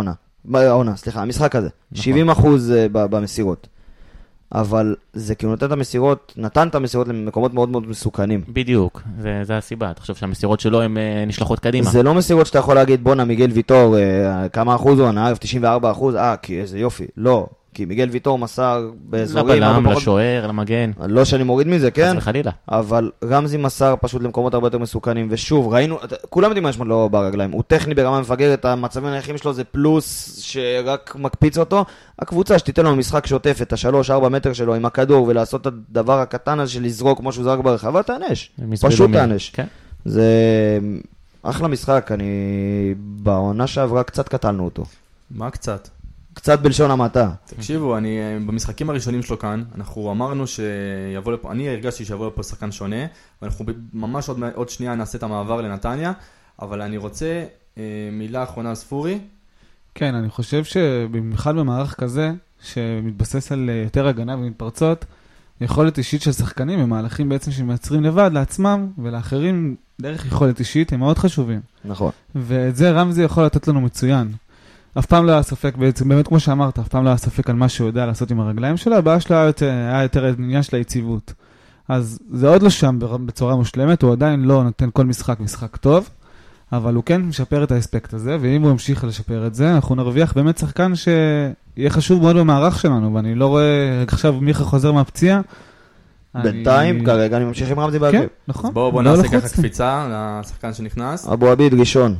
המשחק הזה. 70% במסירות. אבל זה כאילו נתן את המסירות למקומות מאוד מאוד מסוכנים. בדיוק, זה הסיבה. אתה חושב שהמסירות שלו הן נשלחות קדימה. זה לא מסירות שאתה יכול להגיד, בונה מיגל ויטור, כמה אחוז הוא ענה, 94%, כי איזה יופי. לא, כי מיגל ויטור מסר באזורים... לבלם, לשוער, למגן. לא שאני מוריד מזה, כן? חס וחלילה. אבל רמזי מסר פשוט למקומות הרבה יותר מסוכנים, ושוב, ראינו, כולם יודעים מה יש לו ברגליים, הוא טכני ברמה מפגרת, המצבים הנייחים שלו זה פלוס שרק מקפיץ אותו, הקבוצה שתיתן לו משחק שוטף את ה3-4 מטר שלו עם הכדור, ולעשות את הדבר הקטן הזה של לזרוק כמו שהוא זרק ברחבה, תענש. פשוט תענש. זה אחלה משחק, אני בעונה שעברה קצת קטלנו אותו. מה קצת? קצת בלשון המעטה. תקשיבו, במשחקים הראשונים שלו כאן, אנחנו אמרנו שיבוא לפה, אני הרגשתי שיבוא לפה שחקן שונה, ואנחנו ממש עוד שנייה נעשה את המעבר לנתניה, אבל אני רוצה מילה אחרונה על ספורי. כן, אני חושב שבמיוחד במערך כזה, שמתבסס על יותר הגנה ומתפרצות, יכולת אישית של שחקנים במהלכים בעצם שמייצרים לבד לעצמם ולאחרים דרך יכולת אישית הם מאוד חשובים. נכון. ואת זה רמזי יכול לתת לנו מצוין. אף פעם לא היה ספק בעצם, באמת כמו שאמרת, אף פעם לא היה ספק על מה שהוא יודע לעשות עם הרגליים שלו, הבעיה שלו היה יותר עניין של היציבות. אז זה עוד לא שם בצורה מושלמת, הוא עדיין לא נותן כל משחק טוב, אבל הוא כן משפר את האספקט הזה, ואם הוא ימשיך לשפר את זה, אנחנו נרוויח באמת שחקן שיהיה חשוב מאוד במערך שלנו, ואני לא רואה עכשיו מיכה חוזר מהפציעה. בינתיים, כרגע אני ממשיך עם רמזי בהרכב. כן, נכון. בואו נעשה ככה קפיצה לשחקן שנכנס. אבו עביד ראשון.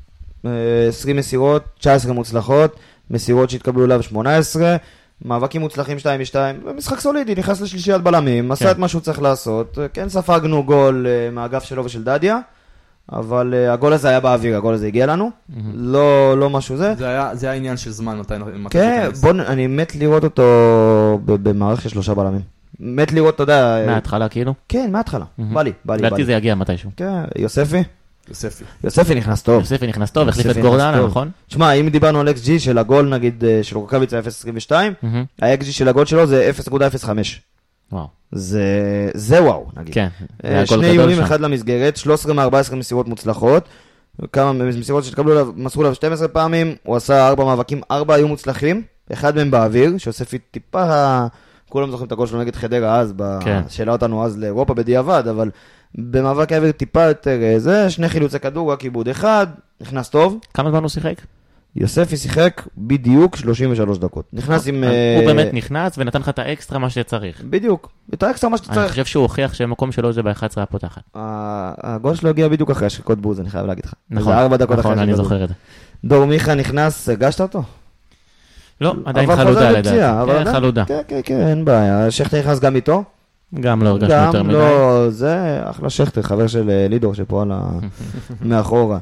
20 מסירות, 19 מוצלחות, מסירות שהתקבלו אליו 18, מאבקים מוצלחים 2-2, משחק סולידי, נכנס לשלישיית בלמים, עשה את מה שהוא צריך לעשות, כן ספגנו גול מהאגף שלו ושל דדיה, אבל הגול הזה היה באוויר, הגול הזה הגיע לנו, לא משהו זה. זה היה עניין של זמן, מתי כן, אני מת לראות אותו במערך של 3 בלמים. מת לראות, אתה יודע... מההתחלה כאילו? כן, מההתחלה, בא לי. לדעתי זה יגיע מתישהו. כן, יוספי? יוספי נכנס טוב. יוספי נכנס טוב, החליף את גורדנה, נכון? תשמע, אם דיברנו על XG של הגול, נגיד, של רוקאביצה 0.22, ה-XG של הגול שלו זה 0.05. וואו. זה וואו, נגיד. כן. 2 איומים, 1 למסגרת, 13 מ-14 מסירות מוצלחות, כמה מסירות שהתקבלו עליו, מסרו עליו 12 פעמים, הוא עשה 4 מאבקים, 4 היו מוצלחים, 1 מהם באוויר, שיוספי טיפה, כולם זוכרים את הגול שלו נגד חדרה אז, שאלה אותנו אז לאירופה בדיעבד, אבל במאבק האוויר טיפה יותר זה, 2 חילוצי כדור, רק עיבוד 1, נכנס טוב. כמה זמן הוא שיחק? יוספי שיחק בדיוק 33 דקות. נכנס עם... הוא באמת נכנס ונתן לך את האקסטרה מה שצריך. בדיוק, את האקסטרה מה שצריך. אני חושב שהוא הוכיח שהמקום שלו זה ב-11 הפותחת. הגול שלו הגיע בדיוק אחרי השקות בוז, אני חייב להגיד לך. נכון, 4 דקות נכון, אני זוכר את זה. דור מיכה נכנס, הגשת אותו? לא, עדיין חלודה לדעתי. כן, חלודה. כן, אין בעיה. שכטר נכנס גם איתו? גם לא הרגשנו יותר מדי. גם לא, זה אחלה שכטר, חבר של לידור שפה על מאחורה.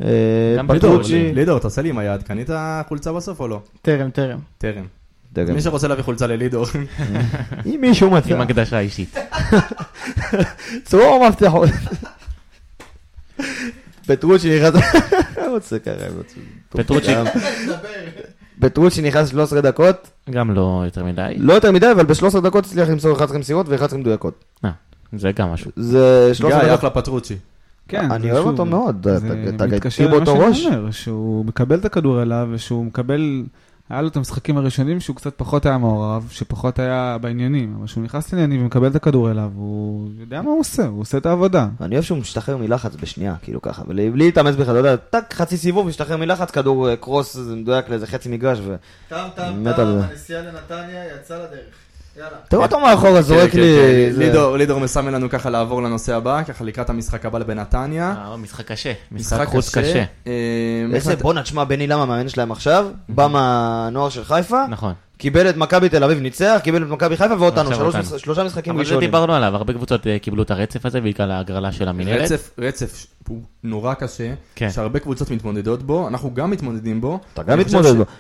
לידור, תעשה לי עם היד, קנית חולצה בסוף או לא? טרם. מי שרוצה להביא חולצה ללידור. אם מישהו מצא. עם הקדשה אישית. צרור מפתחות. פטרוצ'י נכנס... רוצה ככה. פטרוצ'י נכנס 13 דקות. גם לא יותר מדי. לא יותר מדי, אבל ב-13 דקות הצליח למסור 11 מסירות ו-11 מדויקות. זה גם משהו. זה 13 דקות. אחלה פטרוצ'י. כן, אני אוהב אותו מאוד. זה מתקשר למה שאני אומר, שהוא מקבל את הכדור אליו, ושהוא מקבל, היה לו את המשחקים הראשונים שהוא קצת פחות היה מעורב, שפחות היה בעניינים, אבל שהוא נכנס לעניינים ומקבל את הכדור אליו, הוא יודע מה הוא עושה את העבודה. אני אוהב שהוא משתחרר מלחץ בשנייה, כאילו ככה, בלי להתאמץ בכלל, אתה יודע, טק, חצי סיבוב, משתחרר מלחץ, כדור קרוס, זה מדויק לאיזה חצי מגרש, טם, הנסיעה לנתניה יצא לדרך. תראו אותו מאחורה, זורק לי... לידור מסמן לנו ככה לעבור לנושא הבא, ככה לקראת המשחק הבא בנתניה. משחק קשה, משחק חוץ קשה. איזה בוא נשמע בני למה המאמן שלהם עכשיו, בא מהנוער של חיפה, נכון. קיבל את מכבי תל אביב ניצח, קיבל את מכבי חיפה ואותנו, 3 משחקים ראשונים. אבל זה דיברנו עליו, הרבה קבוצות קיבלו את הרצף הזה, בעיקר להגרלה של המנהלת. רצף הוא נורא קשה, שהרבה קבוצות מתמודדות בו, אנחנו גם מתמודדים בו. אתה גם מתמודד בו.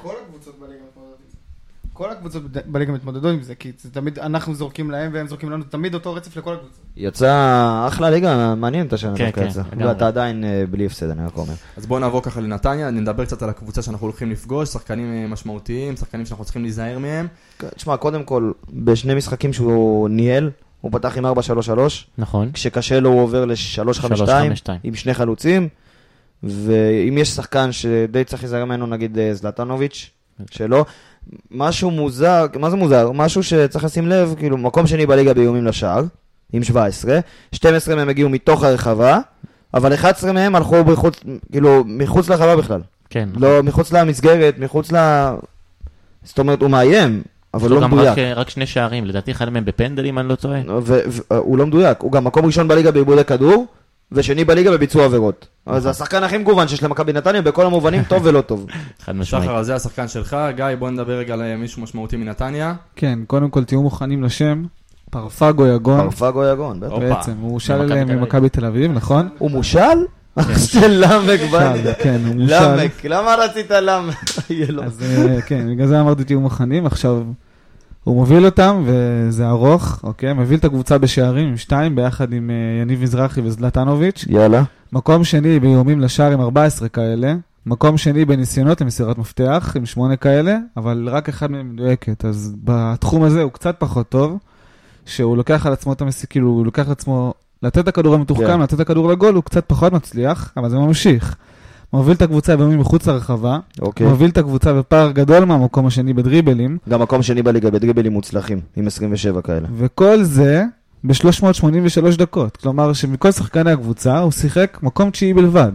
כל הקבוצות בליגה מתמודדות עם זה, כי זה תמיד אנחנו זורקים להם והם זורקים לנו, תמיד אותו רצף לכל הקבוצות. יצא אחלה ליגה, מעניין את השנה דווקא יצא. ואתה עדיין בלי הפסד, אני רק אומר. אז בואו נעבור ככה לנתניה, נדבר קצת על הקבוצה שאנחנו הולכים לפגוש, שחקנים משמעותיים, שחקנים שאנחנו צריכים להיזהר מהם. תשמע, קודם כל, בשני משחקים שהוא ניהל, הוא פתח עם 4-3-3. נכון. כשקשה לו הוא עובר ל-3-5-2, עם 2 חלוצים, ואם יש שחקן שדי צריך להיזהר ממנו, נגיד זלטנוביץ' שלו, משהו מוזר, מה זה מוזר? משהו שצריך לשים לב, כאילו, מקום שני בליגה באיומים לשער, עם 17, 12 מהם הגיעו מתוך הרחבה, אבל 11 מהם הלכו כאילו, מחוץ לרחבה בכלל. כן. לא, מחוץ למסגרת, מחוץ זאת אומרת, הוא מאיים, אבל לא מדויק. רק 2 שערים, לדעתי אחד מהם בפנדלים, אני לא טועה. הוא לא מדויק, הוא גם מקום ראשון בליגה בעיבודי כדור, ושני בליגה בביצוע עבירות. אז זה השחקן הכי מגוון שיש למכבי נתניה, בכל המובנים טוב ולא טוב. שחר, זה השחקן שלך. גיא, בוא נדבר רגע על מישהו משמעותי מנתניה. כן, קודם כל תהיו מוכנים לשם. פרפגו יגון. פרפגו יגון, בטח. בעצם, הוא מושל אליהם ממכבי תל אביב, נכון? הוא מושל? של למק בנדה. כן, הוא מושל. למק, למה רצית למק? אז כן, בגלל זה אמרתי תהיו מוכנים. עכשיו, הוא מוביל אותם, וזה ארוך, אוקיי? מוביל את הקבוצה בשערים עם 2, ביחד עם יניב מזרחי וזלטנוביץ'. יאללה. מקום שני באיומים לשער עם 14 כאלה. מקום שני בניסיונות למסירת מפתח עם 8 כאלה, אבל רק אחד מהם מדויקת. אז בתחום הזה הוא קצת פחות טוב, שהוא לוקח על עצמו את המסיק, כאילו הוא לוקח על עצמו לתת את הכדור המתוחכם, לתת את הכדור לגול, הוא קצת פחות מצליח, אבל זה ממשיך. מוביל את הקבוצה באיומים מחוץ לרחבה, מוביל את הקבוצה בפער גדול מהמקום השני בדריבלים. גם מקום שני בליגה בדריבלים מוצלחים, עם 27 כאלה. וכל זה ב-383 דקות. כלומר שמכל שחקני הקבוצה הוא שיחק מקום 9 בלבד.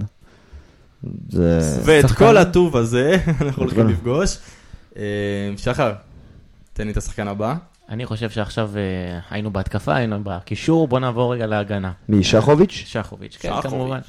ואת כל הטוב הזה אנחנו הולכים לפגוש. שחר, תן לי את השחקן הבא. אני חושב שעכשיו היינו בהתקפה, היינו בקישור, בוא נעבור רגע להגנה. מי, שחוביץ'? שחוביץ', כן, כמובן.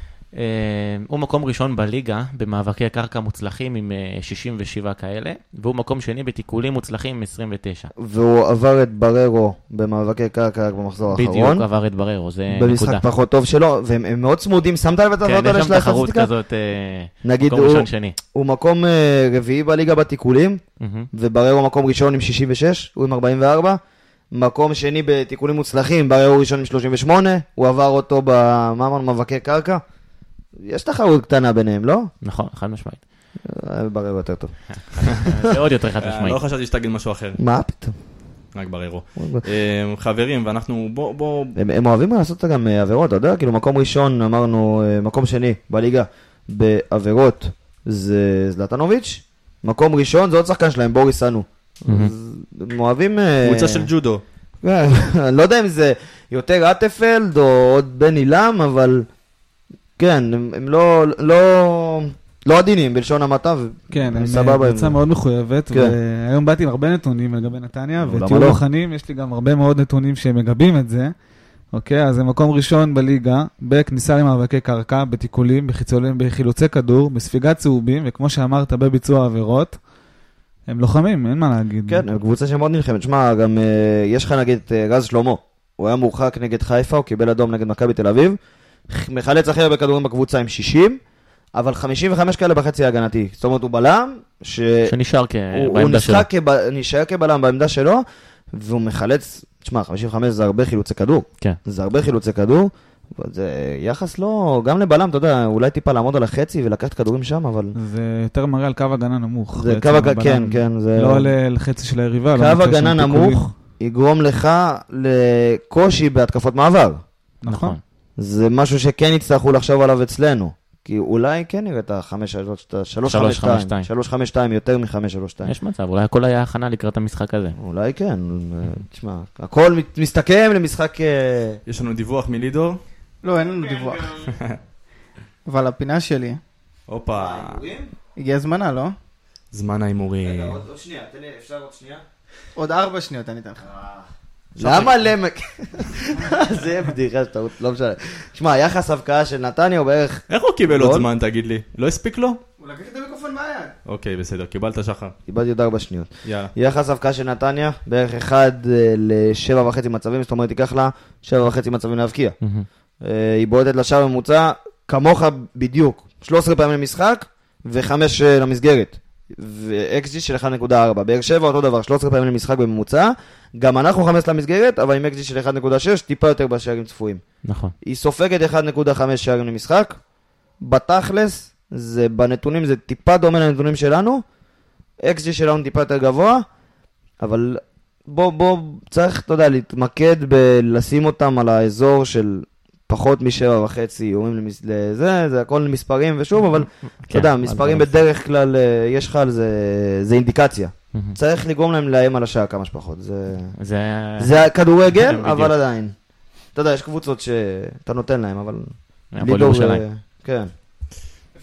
הוא מקום ראשון בליגה במאבקי קרקע מוצלחים עם 67 כאלה, והוא מקום שני בתיקולים מוצלחים עם 29. והוא עבר את בררו במאבקי קרקע במחזור האחרון. בדיוק, עבר את בררו, זה נקודה. במשחק פחות טוב שלו, והם מאוד צמודים, שמת לב את התחרות האלה של התחרות כזאת, מקום ראשון שני. הוא מקום רביעי בליגה בתיקולים, ובררו מקום ראשון עם 66, הוא עם 44. מקום שני בתיקולים מוצלחים, בררו ראשון עם 38, הוא עבר אותו במאבקי קרקע. יש תחרות קטנה ביניהם, לא? נכון, חד משמעית. בררו יותר טוב. זה עוד יותר חד משמעית. לא חשבתי שתגיד משהו אחר. מה פתאום? רק בררו. חברים, ואנחנו בוא... הם אוהבים לעשות גם עבירות, אתה יודע? כאילו מקום ראשון, אמרנו, מקום שני בליגה בעבירות זה זלטנוביץ'. מקום ראשון זה עוד שחקן שלהם, בוריס אנו. הם אוהבים... קבוצה של ג'ודו. לא יודע אם זה יותר אטפלד או עוד בן אילם, אבל... כן, הם לא עדינים בלשון המעטה, כן, הם קבוצה מאוד מחויבת, והיום באתי עם הרבה נתונים לגבי נתניה, ותהיו מוכנים, יש לי גם הרבה מאוד נתונים שמגבים את זה, אוקיי, אז זה מקום ראשון בליגה, בכניסה למאבקי קרקע, בתיקולים, בחילוצי כדור, בספיגת צהובים, וכמו שאמרת, בביצוע עבירות, הם לוחמים, אין מה להגיד. כן, הם קבוצה שמאוד נלחמת, שמה, גם יש לך נגד רז שלמה, הוא היה מורחק נגד חיפה, הוא קיבל אדום נגד מכבי תל אביב, מחלץ הכי הרבה כדורים בקבוצה עם 60, אבל 55 כאלה בחצי ההגנתי. זאת אומרת, הוא בלם, שנשאר בעמדה שלו. הוא נשאר כבלם בעמדה שלו, והוא מחלץ, תשמע, 55 זה הרבה חילוצי כדור. כן. זה הרבה חילוצי כדור, זה יחס לא, גם לבלם, אתה יודע, אולי טיפה לעמוד על החצי ולקחת כדורים שם, אבל... זה יותר מראה על קו הגנה נמוך. זה קו הגנה, כן, כן. לא על חצי של היריבה. קו הגנה נמוך יגרום לך לקושי בהתקפות מעבר. נכון. זה משהו שכן יצטרכו לחשוב עליו אצלנו. כי אולי כן נראה את ה-3-5-2 יותר מ-5-3-2. יש מצב, אולי הכל היה הכנה לקראת המשחק הזה. אולי כן, תשמע, הכל מסתכם למשחק... יש לנו דיווח מלידור? לא, אין לנו דיווח. אבל הפינה שלי... הופה. הגיע זמנה, לא? זמן האימורים. רגע, עוד שנייה, תן לי, אפשר עוד שנייה? עוד 4 שניות אני אתן לך. למה למק? זה בדיחה שטעות, לא משנה. שמע, יחס הבקעה של נתניה הוא בערך... איך הוא קיבל עוד זמן, תגיד לי? לא הספיק לו? הוא לקח את המיקרופון מהיד. אוקיי, בסדר, קיבלת שחר. קיבלתי עוד 4 שניות. יאללה. יחס הבקעה של נתניה, בערך 1 ל-7.5 מצבים, זאת אומרת, תיקח לה 7.5 מצבים להבקיע. היא בועטת לשער ממוצע, כמוך בדיוק, 13 פעמים למשחק, ו5 למסגרת. ו-XG של 1.4. באר שבע אותו דבר, 13 פעמים למשחק בממוצע. גם אנחנו 5 למסגרת, אבל עם XG של 1.6, טיפה יותר בשערים צפויים. נכון. היא סופגת 1.5 שערים למשחק. בתכלס, זה בנתונים, זה טיפה דומה לנתונים שלנו. XG שלנו טיפה יותר גבוה, אבל בוא צריך, אתה יודע, להתמקד בלשים אותם על האזור של פחות מ7.5 איומים לזה, זה הכל מספרים ושוב, אבל אתה יודע, מספרים בדרך כלל, יש לך על זה אינדיקציה. צריך לגרום להם לאיים על השעה כמה שפחות. זה כדורגל, אבל עדיין. אתה יודע, יש קבוצות שאתה נותן להם, אבל... הפועל ירושלים. כן.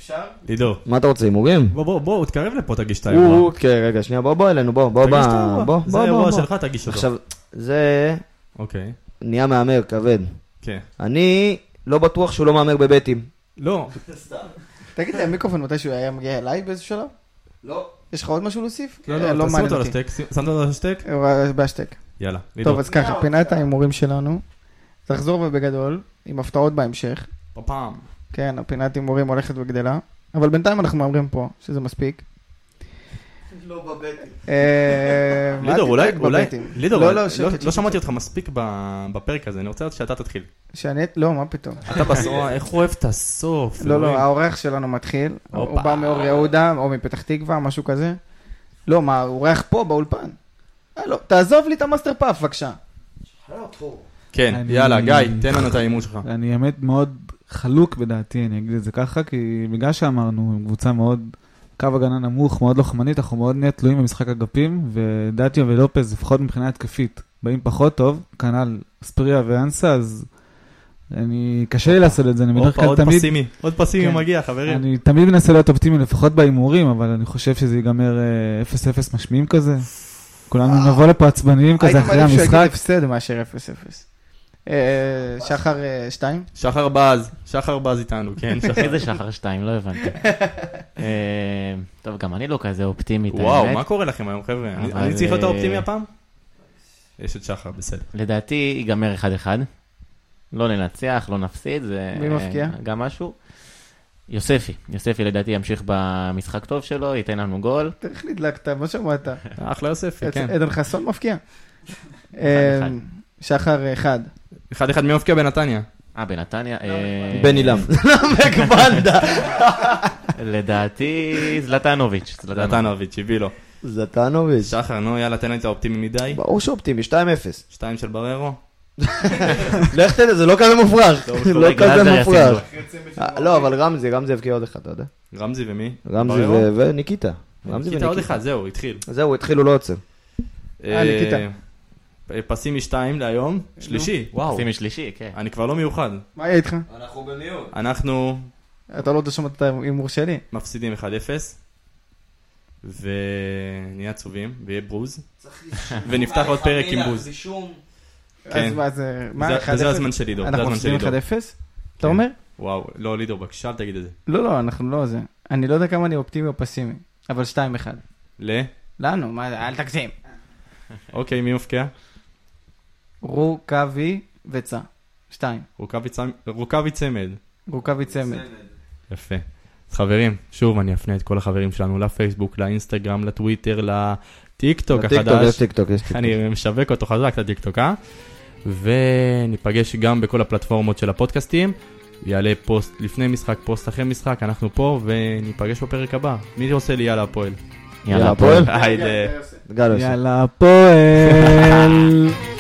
אפשר? לידור. מה אתה רוצה, הימורים? בוא, תקרב לפה, תגיש את האירוע. כן, רגע, שנייה, בוא אלינו, בוא. תגיש את האירוע. זה האירוע שלך, תגיש אותו. עכשיו, זה אוקיי. נהיה מאמר כבד. כן. אני לא בטוח שהוא לא מאמר בבטים. לא. תגיד לי, המיקרופון מתישהו היה מגיע אליי באיזשהו שלב? לא. יש לך עוד משהו להוסיף? לא, תשים אותו על השטק. שמת אותו על השטק? בהשטק. יאללה, לידור. טוב, אז ככה, פינת ההימורים שלנו. תחזור ובגדול, עם הפתעות בהמשך. פעם. כן, הפינת הימורים הולכת וגדלה. אבל בינתיים אנחנו מאמרים פה, שזה מספיק. לא בבטים. לידור, אולי, לידור, לא שמעתי אותך מספיק בפרק הזה, אני רוצה שאתה תתחיל. שאני, לא, מה פתאום? אתה בסוף, איך הוא אוהב את הסוף? לא, האורח שלנו מתחיל, הוא בא מאור יהודה, או מפתח תקווה, משהו כזה. לא, מה, הוא אורח פה באולפן. לא, תעזוב לי את המאסטר פאף, בבקשה. כן, יאללה, גיא, תן לנו את האימון שלך. אני האמת מאוד חלוק בדעתי, אני אגיד את זה ככה, כי בגלל שאמרנו, קבוצה מאוד, קו הגנה נמוך, מאוד לוחמנית, אנחנו מאוד נהיה תלויים במשחק אגפים, ודאטיו ולופז, לפחות מבחינה התקפית, באים פחות טוב, כנ"ל ספריה ואנסה, אז קשה לי לעשות את זה, אני בדרך כלל תמיד... עוד פסימי מגיע, חברים. אני תמיד מנסה להיות אופטימי, לפחות בהימורים, אבל אני חושב שזה ייגמר 0-0 משמיעים כזה. כולנו נבוא לפה עצבניים כזה אחרי המשחק. הייתי מעדיף שהוא יגיד הפסד מאשר 0-0. שחר 2? שחר בז איתנו, כן. איזה שחר 2, לא הבנתי. טוב, גם אני לא כזה אופטימית. וואו, מה קורה לכם היום, חבר'ה? אני צריך להיות האופטימי הפעם? יש את שחר, בסדר. לדעתי ייגמר 1-1. לא ננצח, לא נפסיד, זה מי מפקיע? גם משהו. יוספי לדעתי ימשיך במשחק טוב שלו, ייתן לנו גול. תריך לדלקת, מה שמעת? אחלה יוספי, כן. עדן חסון מפקיע. שחר 1. 1-1 מי מפקיע בנתניה? בנתניה. בן אילם. בגבנדה. לדעתי זלטנוביץ'. הביא לו. זלטנוביץ'. שחר, נו, יאללה, תן לי את האופטימי מדי. ברור שאופטימי, 2-0. 2 של בררו. לך תדע, זה לא כזה מופרך. לא כזה מופרך. לא, אבל רמזי הבקיע עוד אחד, אתה יודע. רמזי ומי? רמזי וניקיטה. ניקיטה עוד אחד, זהו, התחיל. זהו, התחיל, הוא לא יוצא. ניקיטה. פסימי 2 להיום, שלישי, וואו. פסימי שלישי, כן. אני כבר לא מיוחד. מה יהיה איתך? אנחנו במיון. אנחנו... אתה לא תשמע את ההימור שלי. מפסידים 1-0. ונהיה עצובים, ויהיה ברוז. ונפתח עוד פרק עם בוז. כן. וזה הזמן של לידור. אנחנו מפסידים 1-0? אתה אומר? וואו, לא לידור, בבקשה, אל תגיד את זה. לא, אנחנו לא זה. אני לא יודע כמה אני אופטימי או פסימי, אבל 2-1. לנו, מה, אל תגזים. אוקיי, מי מפקיע? רוקאבי וצא. 2. רוקאבי צמד. רוקאבי צמד. יפה. אז חברים, שוב אני אפנה את כל החברים שלנו לפייסבוק, לאינסטגרם, לטוויטר, לטיקטוק החדש. אני משווק אותו חזק, את הטיקטוק, וניפגש גם בכל הפלטפורמות של הפודקאסטים. יעלה פוסט לפני משחק, פוסט אחרי משחק, אנחנו פה וניפגש בפרק הבא. מי שעושה לי יאללה הפועל? יאללה הפועל. היידה. יאללה הפועל.